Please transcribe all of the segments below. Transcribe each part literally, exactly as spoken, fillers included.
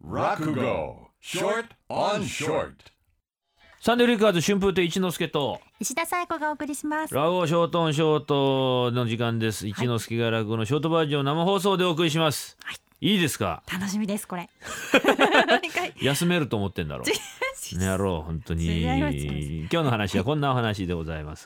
落語 Short on Short。 サンデーリカーズ春風亭一之輔と石田紗友子がお送りします。 落語ショートオンショートの時間です。一之輔が落語のショートバージョンを生放送でお送りします、はい、いいですか？ 楽しみですこれ休めると思ってんだろうやろう本当に。今日の話はこんなお話でございます。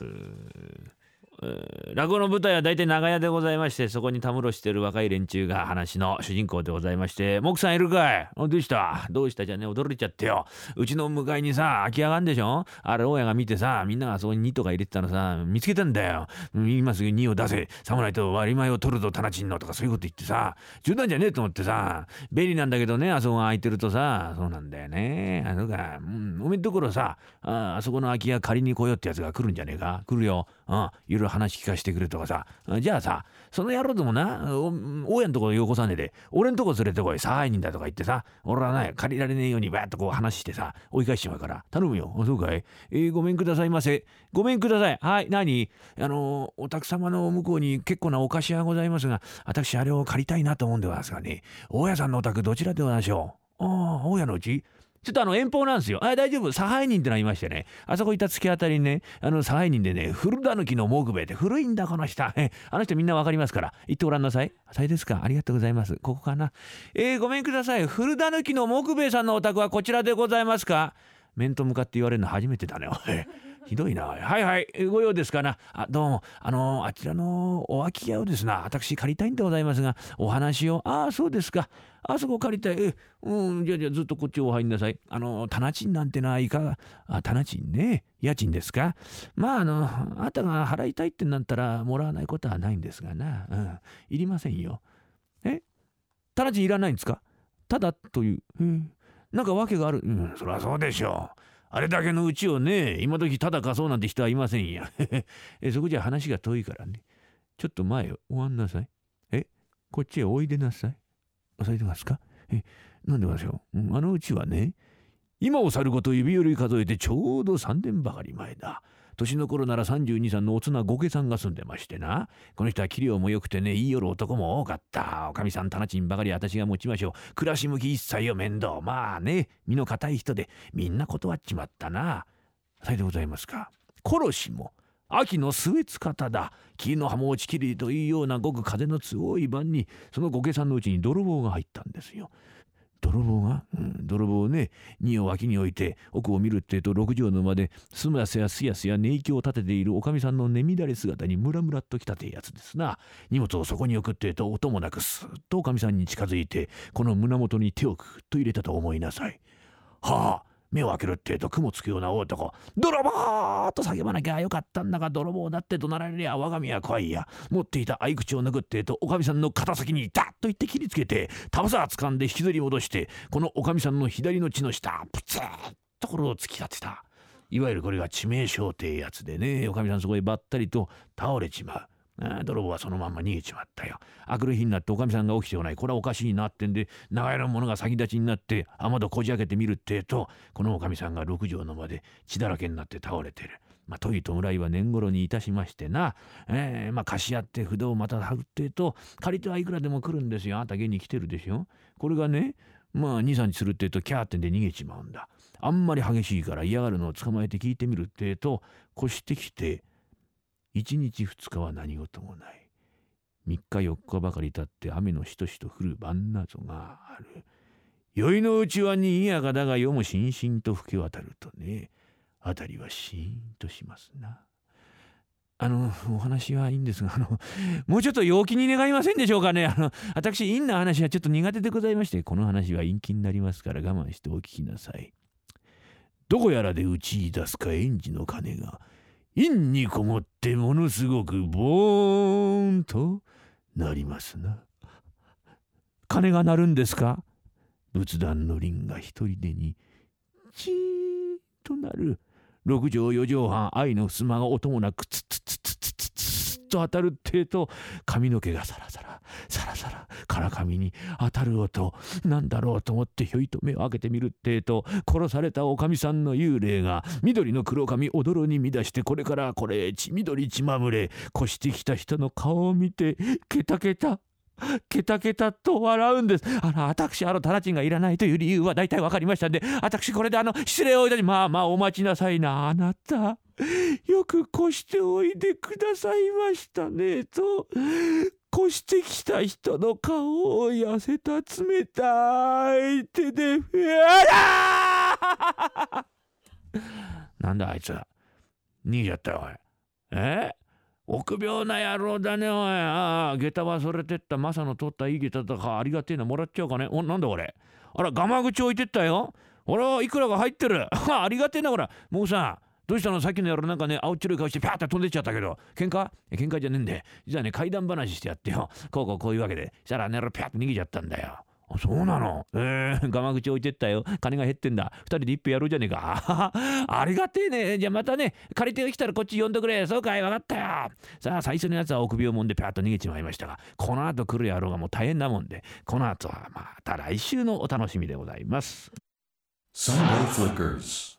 落語の舞台は大体長屋でございまして、そこにたむろしている若い連中が話の主人公でございまして、モクさんいるかい？どうしたどうしたじゃね、驚いちゃってよ。うちの向かいにさ空き家があんでしょ。あれ大家が見てさ、みんながそこににとか入れてたのさ見つけたんだよ。今すぐにを出せ、さもないと割り前を取るぞタナチンのとかそういうこと言ってさ、冗談じゃねえと思ってさ、便利なんだけどね、あそこが空いてるとさ。そうなんだよね。あのか、うん、おめんところさ あ, あそこの空き家借りに来ようってやつが来るんじゃねえか。来るよ。うん、いろいろ話聞かせてくれとかさ。じゃあさ、その野郎でもな、大家のとこよこさねえで俺んとこ連れてこい、さあいいんだとか言ってさ、俺はね借りられねえようにバーッとこう話してさ追い返しちまうから頼むよ。そうかい、えー、ごめんくださいませ。ごめんください。はい、何？あのお宅様の向こうに結構なお菓子屋ございますが、私あれを借りたいなと思うんでございますがね。大家さんのお宅どちらでございましょう？ああ、大家のうちちょっとあの遠方なんですよ。あ、大丈夫。差配人ってのがいましてね、あそこいた突き当たりにね、あの差配人でね、古田抜きの木兵衛って古いんだこの人。えあの人みんなわかりますから行ってごらんなさい。さいですか、ありがとうございます。ここかな。えー、ごめんください。古田抜きの木兵衛さんのお宅はこちらでございますか？面と向かって言われるの初めてだね。ひどいな。はいはい、ご用ですかな。あ、どうも、あのあちらのお空き家をですな、私借りたいんでございますが、お話を。ああ、そうですか。あそこ借りたい。え、うん、じゃあじゃあずっとこっちお入んなさい。あのタナチンなんてのはいかが？あ、タナチンね、家賃ですか？まああのあなたが払いたいってなったらもらわないことはないんですがな。うん、いりませんよ。え、タナチンいらないんですか？ただという、えー、なんか訳がある。うん、そりゃそうでしょう。あれだけのうちをね、今時ただ貸そうなんて人はいませんや。えそこじゃ話が遠いからね、ちょっと前をおわんなさい。え、こっちへおいでなさい。さいでますか？え、なんでましょう、うん、あのうちはね、今を去ること指折り数えてちょうどさんねんばかり前だ。年の頃ならさんじゅうにさんのおつなご家さんが住んでましてな。この人は器量も良くてね、言いよる男も多かった。おかみさんタナチンばかり私が持ちましょう。暮らし向き一切を面倒。まあね、身の固い人でみんな断っちまったな。さいでございますか。殺しも秋の末つ方だ。木の葉も落ちきりというようなごく風の強い晩に、そのご家さんのうちに泥棒が入ったんですよ。泥棒が、うん、泥棒をね、荷を脇に置いて奥を見るってえと、六畳の間ですやすやすやすや寝息を立てているおかみさんの寝乱れ姿にムラムラっと来たってやつですな。荷物をそこに置くってえと、音もなくスーッとおかみさんに近づいて、この胸元に手をくっと入れたと思いなさい。はあ、目を開けるってえと雲つくような大男、泥棒と叫ばなきゃよかったんだが、泥棒だって怒鳴られりゃ我が身は怖いや。持っていた合い口を抜くってえと、おかみさんの肩先にダッと言って切りつけて、タバサー掴んで引きずり戻して、このおかみさんの左の血の下プツッところを突き立てた。いわゆるこれが致命傷ってやつでね、おかみさんそこへばったりと倒れちまう。ああ、泥棒はそのまんま逃げちまったよ。あくる日になっておかみさんが起きてこない。これはおかしいなってんで、長屋の者が先立ちになって雨戸こじ開けてみるってえと、このおかみさんが六畳の間で血だらけになって倒れてる。まあトイと村井は年頃にいたしましてな、えー、まあ貸し合って筆をまた貼ってえと、借り手はいくらでも来るんですよ。あんた現に来てるでしょ。これがね、まあにさんにちするってえとキャーってんで逃げちまうんだ。あんまり激しいから嫌がるのを捕まえて聞いてみるってえと、越してきて一日二日は何事もない。三日四日ばかり経って雨のしとしと降る晩なぞがある。宵のうちはにぎやかだが、夜もしんしんと吹き渡るとね、あたりはシーンとしますな。あのお話はいいんですが、あのもうちょっと陽気に願いませんでしょうかね。あの私陰な話はちょっと苦手でございまして、この話は陰気になりますから我慢してお聞きなさい。どこやらで打ち出すか園児の鐘が陰にこもってものすごくボーンとなりますな。鐘が鳴るんですか？仏壇の鈴が一人でにチーンとなる。六畳四畳半愛の襖が音もなくツツツツツツツと当たるってえと、髪の毛がサラサラサラサラから髪に当たる音、なんだろうと思ってひょいと目を開けてみるってえと、殺されたおかみさんの幽霊が緑の黒髪おどろに乱して、これからこれ血緑血まむれ、越してきた人の顔を見てケタケタケタケタと笑うんです。あの私あのタラチンがいらないという理由は大体わかりましたんで、私これであの失礼をいたし、まあまあお待ちなさいな、あなたよく越しておいでくださいましたねと、越してきた人の顔を痩せた冷たい手でふやらなんだあいつ逃げちゃったよおい。え臆病な野郎だねおい。ああ下駄忘れてった。マサの取ったいい下駄だかありがてえな、もらっちゃおうかね。おなんだ俺、あらガマ口置いてったよ。ほらいくらが入ってるありがてえな。ほらもうさどうしたの、さっきの野郎なんかね青っちろい顔してピャーって飛んでっちゃったけど、喧嘩喧嘩じゃねえんで、実はね怪談話してやってよ、こうこうこういうわけで、したらあの野郎ピャーって逃げちゃったんだよ。あそうなの。えー、ガマ口置いてったよ。金が減ってんだ。二人で一杯やろうじゃねえか。ありがてえね。じゃあまたね借り手が来たらこっち呼んでくれ。そうかい、分かったよ。さあ最初のやつは臆病もんでピャーッと逃げちまいましたが、この後来る野郎がもう大変なもんで、この後はまた来週のお楽しみでございます。 Sunday Flickers